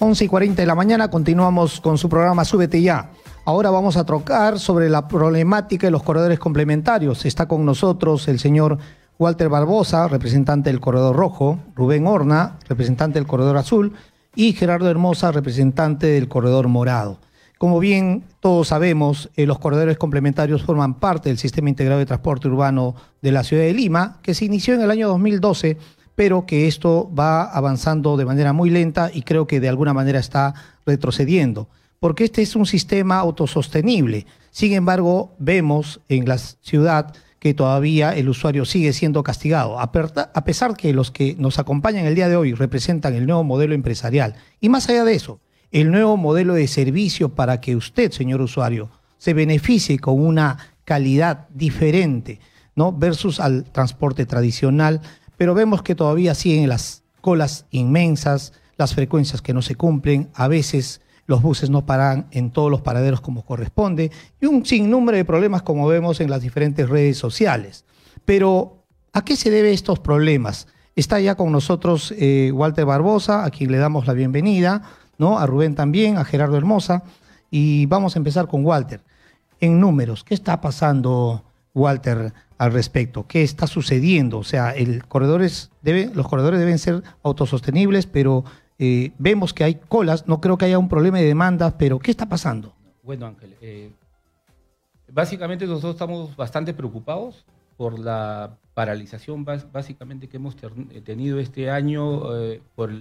11:40 de la mañana, continuamos con su programa Súbete Ya. Ahora vamos a trocar sobre la problemática de los corredores complementarios. Está con nosotros el señor Walter Barbosa, representante del Corredor Rojo, Rubén Horna, representante del Corredor Azul, y Gerardo Hermosa, representante del Corredor Morado. Como bien todos sabemos, los corredores complementarios forman parte del Sistema Integrado de Transporte Urbano de la ciudad de Lima, que se inició en el año 2012, pero que esto va avanzando de manera muy lenta y creo que de alguna manera está retrocediendo, porque este es un sistema autosostenible. Sin embargo, vemos en la ciudad que todavía el usuario sigue siendo castigado, a pesar que los que nos acompañan el día de hoy representan el nuevo modelo empresarial. Y más allá de eso, el nuevo modelo de servicio para que usted, señor usuario, se beneficie con una calidad diferente, ¿no? Versus al transporte tradicional, pero vemos que todavía siguen las colas inmensas, las frecuencias que no se cumplen, a veces los buses no paran en todos los paraderos como corresponde, y un sinnúmero de problemas como vemos en las diferentes redes sociales. Pero, ¿a qué se deben estos problemas? Está ya con nosotros Walter Barbosa, a quien le damos la bienvenida, ¿no? A Rubén también, a Gerardo Hermosa, y vamos a empezar con Walter. En números, ¿qué está pasando, Walter, al respecto? ¿Qué está sucediendo? O sea, los corredores deben ser autosostenibles, pero vemos que hay colas, no creo que haya un problema de demandas, pero ¿qué está pasando? Bueno, Ángel, básicamente nosotros estamos bastante preocupados por la paralización básicamente que hemos tenido este año por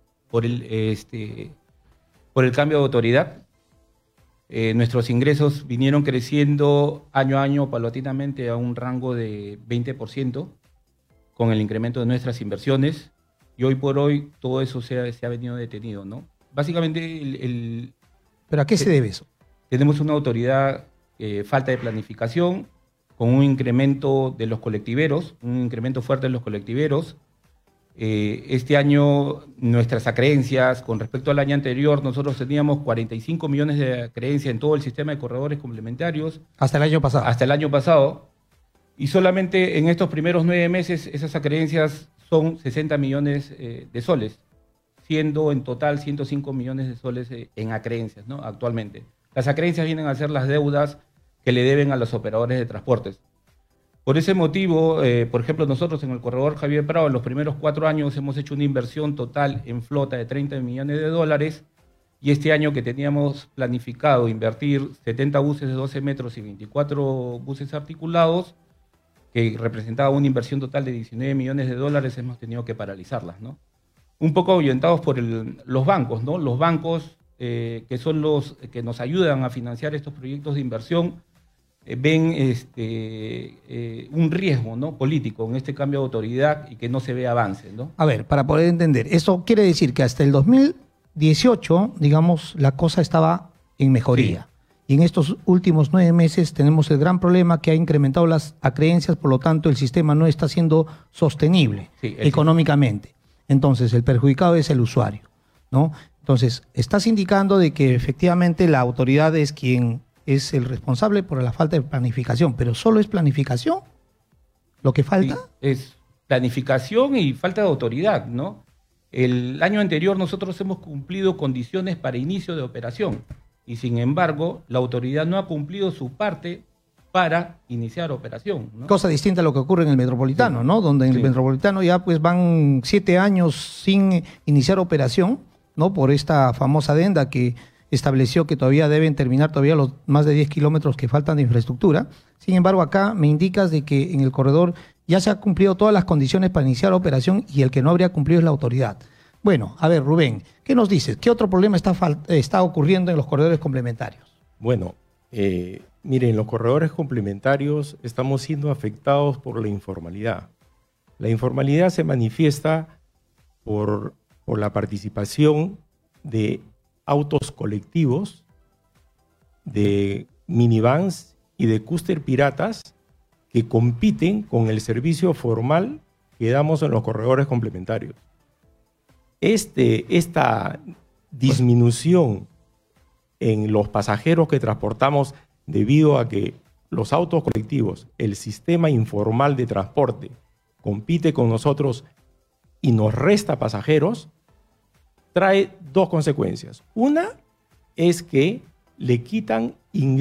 el cambio de autoridad. Nuestros ingresos vinieron creciendo año a año paulatinamente a un rango de 20% con el incremento de nuestras inversiones, y hoy por hoy todo eso se ha venido detenido, ¿no? Básicamente ¿Pero a qué se debe eso? Tenemos una autoridad falta de planificación, con un incremento de los colectiveros, un incremento fuerte de los colectiveros. Este año nuestras acreencias, con respecto al año anterior, nosotros teníamos 45 millones de acreencias en todo el sistema de corredores complementarios. Hasta el año pasado. Hasta el año pasado. Y solamente en estos primeros 9 meses esas acreencias son 60 millones de soles, siendo en total 105 millones de soles en acreencias, ¿no? Actualmente. Las acreencias vienen a ser las deudas que le deben a los operadores de transportes. Por ese motivo, por ejemplo, nosotros en el corredor Javier Prado, en los primeros 4 años hemos hecho una inversión total en flota de 30 millones de dólares, y este año que teníamos planificado invertir 70 buses de 12 metros y 24 buses articulados, que representaba una inversión total de 19 millones de dólares, hemos tenido que paralizarlas, ¿no? Un poco ahuyentados por los bancos, ¿no? Los bancos, que son los que nos ayudan a financiar estos proyectos de inversión, ven un riesgo, ¿no? político en este cambio de autoridad y que no se ve avance, ¿no? A ver, para poder entender, eso quiere decir que hasta el 2018, digamos, la cosa estaba en mejoría. Sí. Y en estos últimos 9 meses tenemos el gran problema que ha incrementado las acreencias, por lo tanto el sistema no está siendo sostenible económicamente. Entonces el perjudicado es el usuario, ¿no? Entonces estás indicando de que efectivamente la autoridad es quien es el responsable por la falta de planificación, pero ¿solo es planificación lo que falta? Sí, es planificación y falta de autoridad, ¿no? El año anterior nosotros hemos cumplido condiciones para inicio de operación, y sin embargo la autoridad no ha cumplido su parte para iniciar operación, ¿no? Cosa distinta a lo que ocurre en el Metropolitano, sí, ¿no? Donde en el Metropolitano ya pues van 7 años sin iniciar operación, ¿no? Por esta famosa adenda que estableció que todavía deben terminar todavía los más de 10 kilómetros que faltan de infraestructura. Sin embargo, acá me indicas de que en el corredor ya se han cumplido todas las condiciones para iniciar operación y el que no habría cumplido es la autoridad. Bueno, a ver, Rubén, ¿qué nos dices? ¿Qué otro problema está ocurriendo en los corredores complementarios? Bueno, miren, los corredores complementarios estamos siendo afectados por la informalidad. La informalidad se manifiesta por la participación de autos colectivos, de minivans y de cúster piratas que compiten con el servicio formal que damos en los corredores complementarios. Esta disminución en los pasajeros que transportamos debido a que los autos colectivos, el sistema informal de transporte, compite con nosotros y nos resta pasajeros, trae dos consecuencias. Una es que le quitan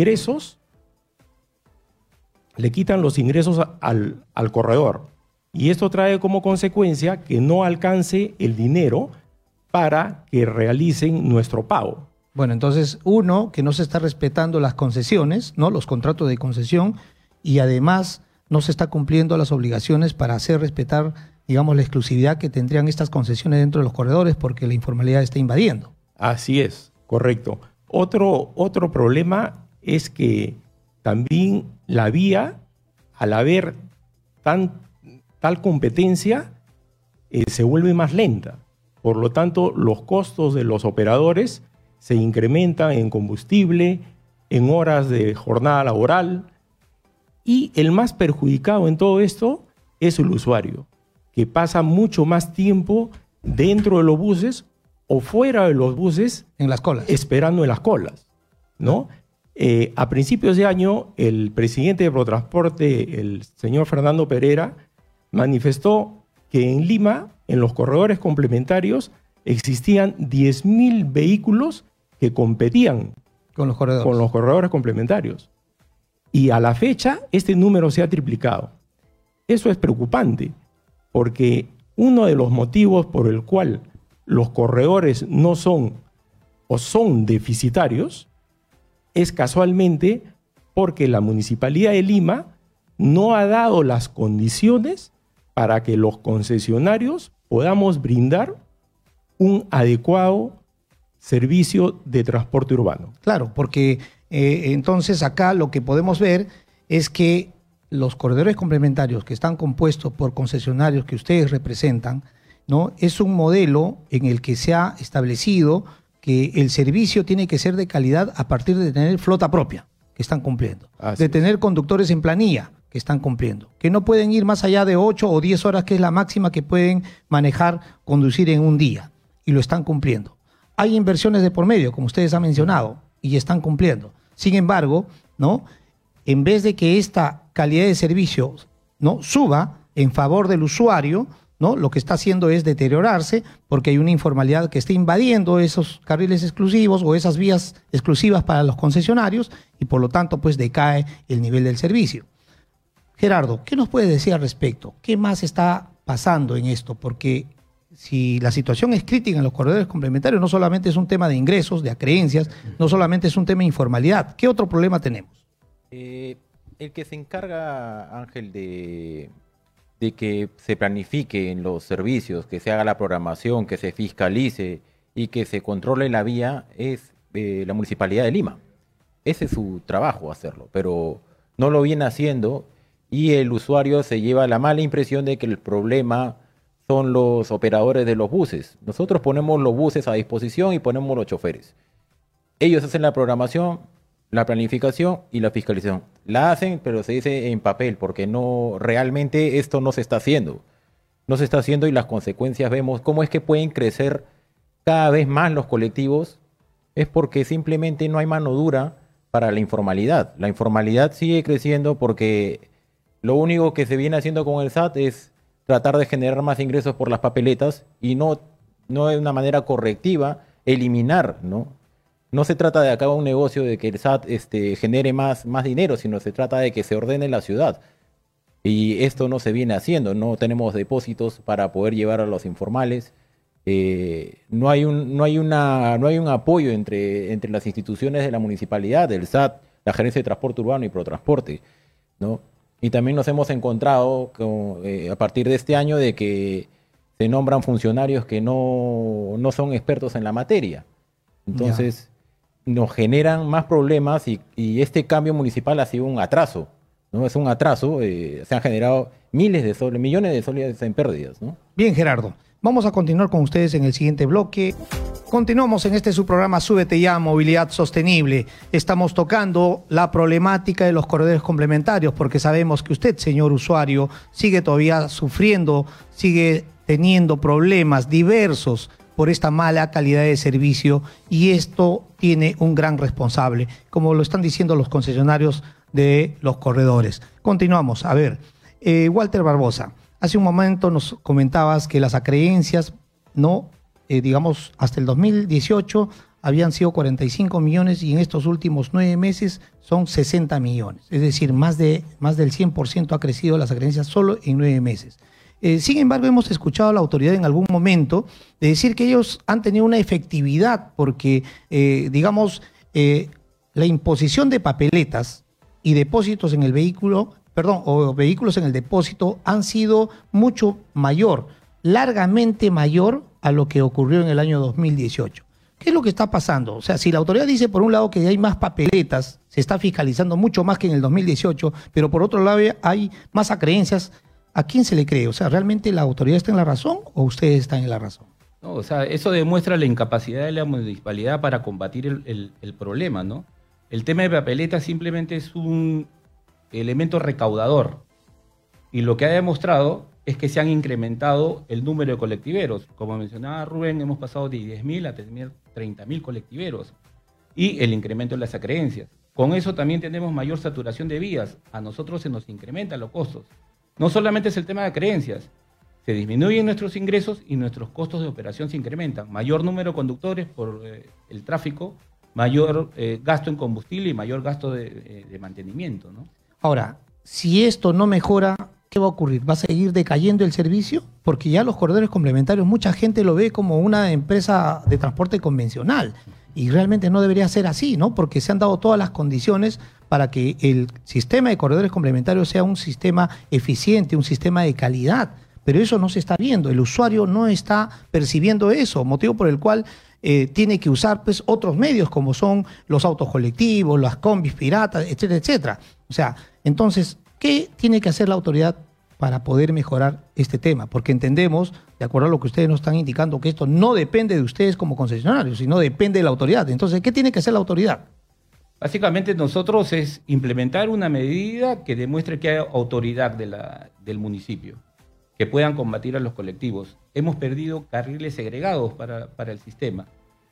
los ingresos al corredor. Y esto trae como consecuencia que no alcance el dinero para que realicen nuestro pago. Bueno, entonces, uno, que no se está respetando las concesiones, ¿no? Los contratos de concesión, y además no se está cumpliendo las obligaciones para hacer respetar, digamos, la exclusividad que tendrían estas concesiones dentro de los corredores, porque la informalidad está invadiendo. Así es, correcto. Otro problema es que también la vía, al haber tal competencia, se vuelve más lenta. Por lo tanto, los costos de los operadores se incrementan en combustible, en horas de jornada laboral, y el más perjudicado en todo esto es el usuario, que pasa mucho más tiempo dentro de los buses o fuera de los buses, en las colas, esperando en las colas, ¿no? A principios de año, el presidente de Protransporte, el señor Fernando Pereira, manifestó que en Lima, en los corredores complementarios, existían 10.000 vehículos que competían con los corredores complementarios. Y a la fecha, este número se ha triplicado. Eso es preocupante, porque uno de los motivos por el cual los corredores no son o son deficitarios es casualmente porque la Municipalidad de Lima no ha dado las condiciones para que los concesionarios podamos brindar un adecuado servicio de transporte urbano. Claro, porque entonces acá lo que podemos ver es que los corredores complementarios que están compuestos por concesionarios que ustedes representan, ¿no? Es un modelo en el que se ha establecido que el servicio tiene que ser de calidad a partir de tener flota propia, que están cumpliendo, de tener conductores en planilla, que están cumpliendo, que no pueden ir más allá de 8 o 10 horas, que es la máxima que pueden manejar, conducir en un día, y lo están cumpliendo. Hay inversiones de por medio, como ustedes han mencionado, y están cumpliendo. Sin embargo, ¿no? En vez de que esta calidad de servicio, ¿no?, suba en favor del usuario, ¿no?, lo que está haciendo es deteriorarse, porque hay una informalidad que está invadiendo esos carriles exclusivos o esas vías exclusivas para los concesionarios, y por lo tanto pues decae el nivel del servicio. Gerardo, ¿qué nos puede decir al respecto? ¿Qué más está pasando en esto? Porque si la situación es crítica en los corredores complementarios, no solamente es un tema de ingresos, de acreencias, no solamente es un tema de informalidad. ¿Qué otro problema tenemos? El que se encarga, Ángel, de que se planifiquen los servicios, que se haga la programación, que se fiscalice y que se controle la vía es la Municipalidad de Lima. Ese es su trabajo, hacerlo, pero no lo viene haciendo y el usuario se lleva la mala impresión de que el problema son los operadores de los buses. Nosotros ponemos los buses a disposición y ponemos los choferes. Ellos hacen la programación, la planificación y la fiscalización. La hacen, pero se dice en papel, porque no realmente esto no se está haciendo. No se está haciendo y las consecuencias vemos cómo es que pueden crecer cada vez más los colectivos. Es porque simplemente no hay mano dura para la informalidad. La informalidad sigue creciendo porque lo único que se viene haciendo con el SAT es tratar de generar más ingresos por las papeletas y no de una manera correctiva eliminar, ¿no? No se trata de acabar un negocio de que el SAT genere más dinero, sino se trata de que se ordene la ciudad. Y esto no se viene haciendo, no tenemos depósitos para poder llevar a los informales. No hay un apoyo entre las instituciones de la municipalidad, del SAT, la Gerencia de Transporte Urbano y Protransporte, ¿no? Y también nos hemos encontrado a partir de este año de que se nombran funcionarios que no son expertos en la materia. Entonces nos generan más problemas y este cambio municipal ha sido un atraso, ¿no? Es un atraso, se han generado millones de soles en pérdidas, ¿no? Bien, Gerardo, vamos a continuar con ustedes en el siguiente bloque. Continuamos en su programa Súbete Ya, Movilidad Sostenible. Estamos tocando la problemática de los corredores complementarios, porque sabemos que usted, señor usuario, sigue todavía sufriendo, sigue teniendo problemas diversos por esta mala calidad de servicio, y esto tiene un gran responsable, como lo están diciendo los concesionarios de los corredores. Continuamos. A ver, Walter Barbosa, hace un momento nos comentabas que las acreencias no digamos, hasta el 2018 habían sido 45 millones y en estos últimos 9 meses son 60 millones. Es decir, más del 100% ha crecido las acreencias solo en 9 meses. Sin embargo, hemos escuchado a la autoridad en algún momento de decir que ellos han tenido una efectividad porque, digamos, la imposición de papeletas y depósitos en el vehículo, o vehículos en el depósito han sido mucho mayor, largamente mayor a lo que ocurrió en el año 2018. ¿Qué es lo que está pasando? O sea, si la autoridad dice por un lado que hay más papeletas, se está fiscalizando mucho más que en el 2018, pero por otro lado hay más acreencias, ¿a quién se le cree? O sea, ¿realmente la autoridad está en la razón o ustedes están en la razón? No, o sea, eso demuestra la incapacidad de la municipalidad para combatir el problema, ¿no? El tema de papeletas simplemente es un elemento recaudador y lo que ha demostrado es que se han incrementado el número de colectiveros. Como mencionaba Rubén, hemos pasado de 10.000 a tener 30.000 colectiveros y el incremento de las acreencias. Con eso también tenemos mayor saturación de vías. A nosotros se nos incrementan los costos. No solamente es el tema de acreencias, se disminuyen nuestros ingresos y nuestros costos de operación se incrementan. Mayor número de conductores por el tráfico, mayor gasto en combustible y mayor gasto de mantenimiento, ¿no? Ahora, si esto no mejora, ¿qué va a ocurrir? ¿Va a seguir decayendo el servicio? Porque ya los corredores complementarios, mucha gente lo ve como una empresa de transporte convencional y realmente no debería ser así, ¿no? Porque se han dado todas las condiciones para que el sistema de corredores complementarios sea un sistema eficiente, un sistema de calidad, pero eso no se está viendo, el usuario no está percibiendo eso, motivo por el cual tiene que usar pues otros medios como son los autos colectivos, las combis piratas, etcétera, etcétera. O sea, entonces, ¿qué tiene que hacer la autoridad para poder mejorar este tema? Porque entendemos, de acuerdo a lo que ustedes nos están indicando, que esto no depende de ustedes como concesionarios, sino depende de la autoridad. Entonces, ¿qué tiene que hacer la autoridad? Básicamente nosotros es implementar una medida que demuestre que hay autoridad del municipio, que puedan combatir a los colectivos. Hemos perdido carriles segregados para el sistema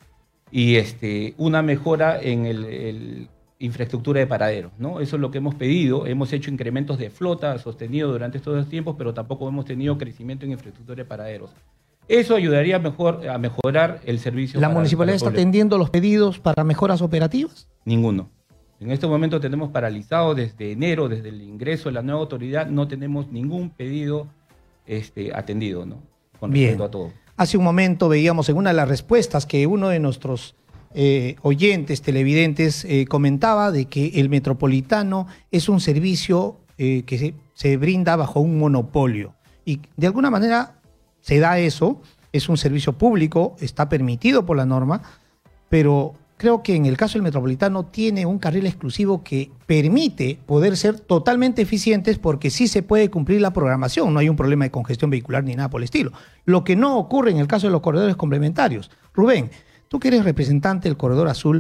y una mejora en el infraestructura de paraderos, ¿no? Eso es lo que hemos pedido. Hemos hecho incrementos de flota sostenido durante estos tiempos, pero tampoco hemos tenido crecimiento en infraestructura de paraderos. Eso ayudaría a mejorar el servicio. ¿La municipalidad está atendiendo los pedidos para mejoras operativas? Ninguno. En este momento tenemos paralizado desde enero, desde el ingreso de la nueva autoridad, no tenemos ningún pedido atendido, ¿no? Con respecto a todo. Hace un momento veíamos en una de las respuestas que uno de nuestros oyentes, televidentes, comentaba de que el metropolitano es un servicio que se brinda bajo un monopolio. Y de alguna manera se da eso, es un servicio público, está permitido por la norma, pero creo que en el caso del metropolitano tiene un carril exclusivo que permite poder ser totalmente eficientes porque sí se puede cumplir la programación, no hay un problema de congestión vehicular ni nada por el estilo. Lo que no ocurre en el caso de los corredores complementarios. Rubén, tú que eres representante del Corredor Azul,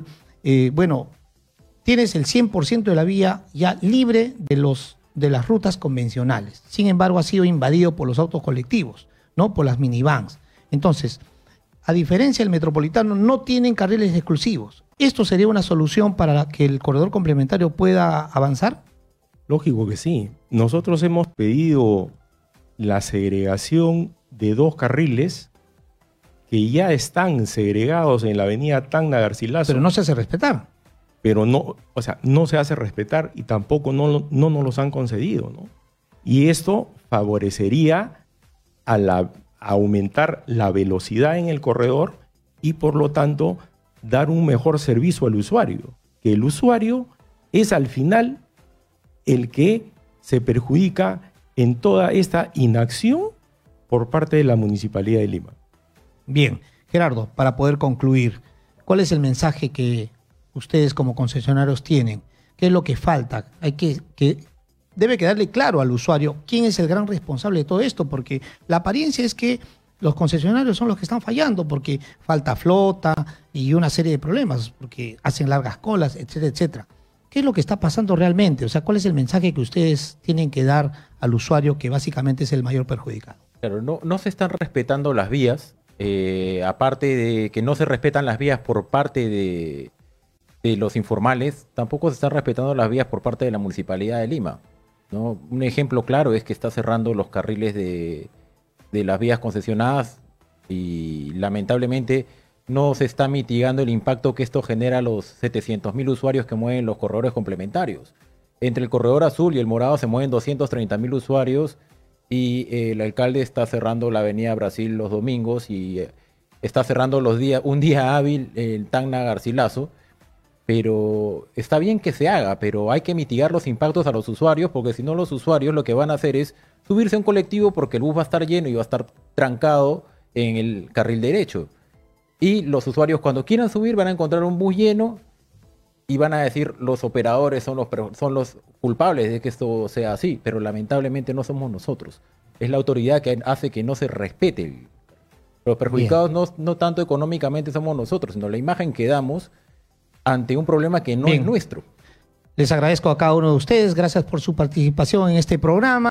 tienes el 100% de la vía ya libre de las rutas convencionales. Sin embargo, ha sido invadido por los autos colectivos, ¿no? Por las minivans. Entonces, a diferencia del metropolitano, no tienen carriles exclusivos. ¿Esto sería una solución para que el corredor complementario pueda avanzar? Lógico que sí. Nosotros hemos pedido la segregación de 2 carriles que ya están segregados en la avenida Tacna Garcilaso. Pero no se hace respetar. Pero no, o sea, no se hace respetar y tampoco no nos los han concedido, ¿no? Y esto favorecería a aumentar la velocidad en el corredor y por lo tanto dar un mejor servicio al usuario. Que el usuario es al final el que se perjudica en toda esta inacción por parte de la Municipalidad de Lima. Bien, Gerardo, para poder concluir, ¿cuál es el mensaje que ustedes como concesionarios tienen? ¿Qué es lo que falta? Debe quedarle claro al usuario quién es el gran responsable de todo esto, porque la apariencia es que los concesionarios son los que están fallando, porque falta flota y una serie de problemas, porque hacen largas colas, etcétera, etcétera. ¿Qué es lo que está pasando realmente? O sea, ¿cuál es el mensaje que ustedes tienen que dar al usuario que básicamente es el mayor perjudicado? Claro, no se están respetando las vías, aparte de que no se respetan las vías por parte de los informales, tampoco se están respetando las vías por parte de la Municipalidad de Lima, ¿no? Un ejemplo claro es que está cerrando los carriles de las vías concesionadas Y lamentablemente no se está mitigando el impacto que esto genera a los 700.000 usuarios que mueven los corredores complementarios. Entre el corredor azul y el morado se mueven 230.000 usuarios y el alcalde está cerrando la avenida Brasil los domingos y está cerrando un día hábil el Tacna Garcilaso. Pero está bien que se haga, pero hay que mitigar los impactos a los usuarios, porque si no los usuarios lo que van a hacer es subirse a un colectivo porque el bus va a estar lleno y va a estar trancado en el carril derecho. Y los usuarios cuando quieran subir van a encontrar un bus lleno y van a decir los operadores son los culpables de que esto sea así, pero lamentablemente no somos nosotros. Es la autoridad que hace que no se respete. Los perjudicados no tanto económicamente somos nosotros, sino la imagen que damos ante un problema que no es nuestro. Les agradezco a cada uno de ustedes. Gracias por su participación en este programa.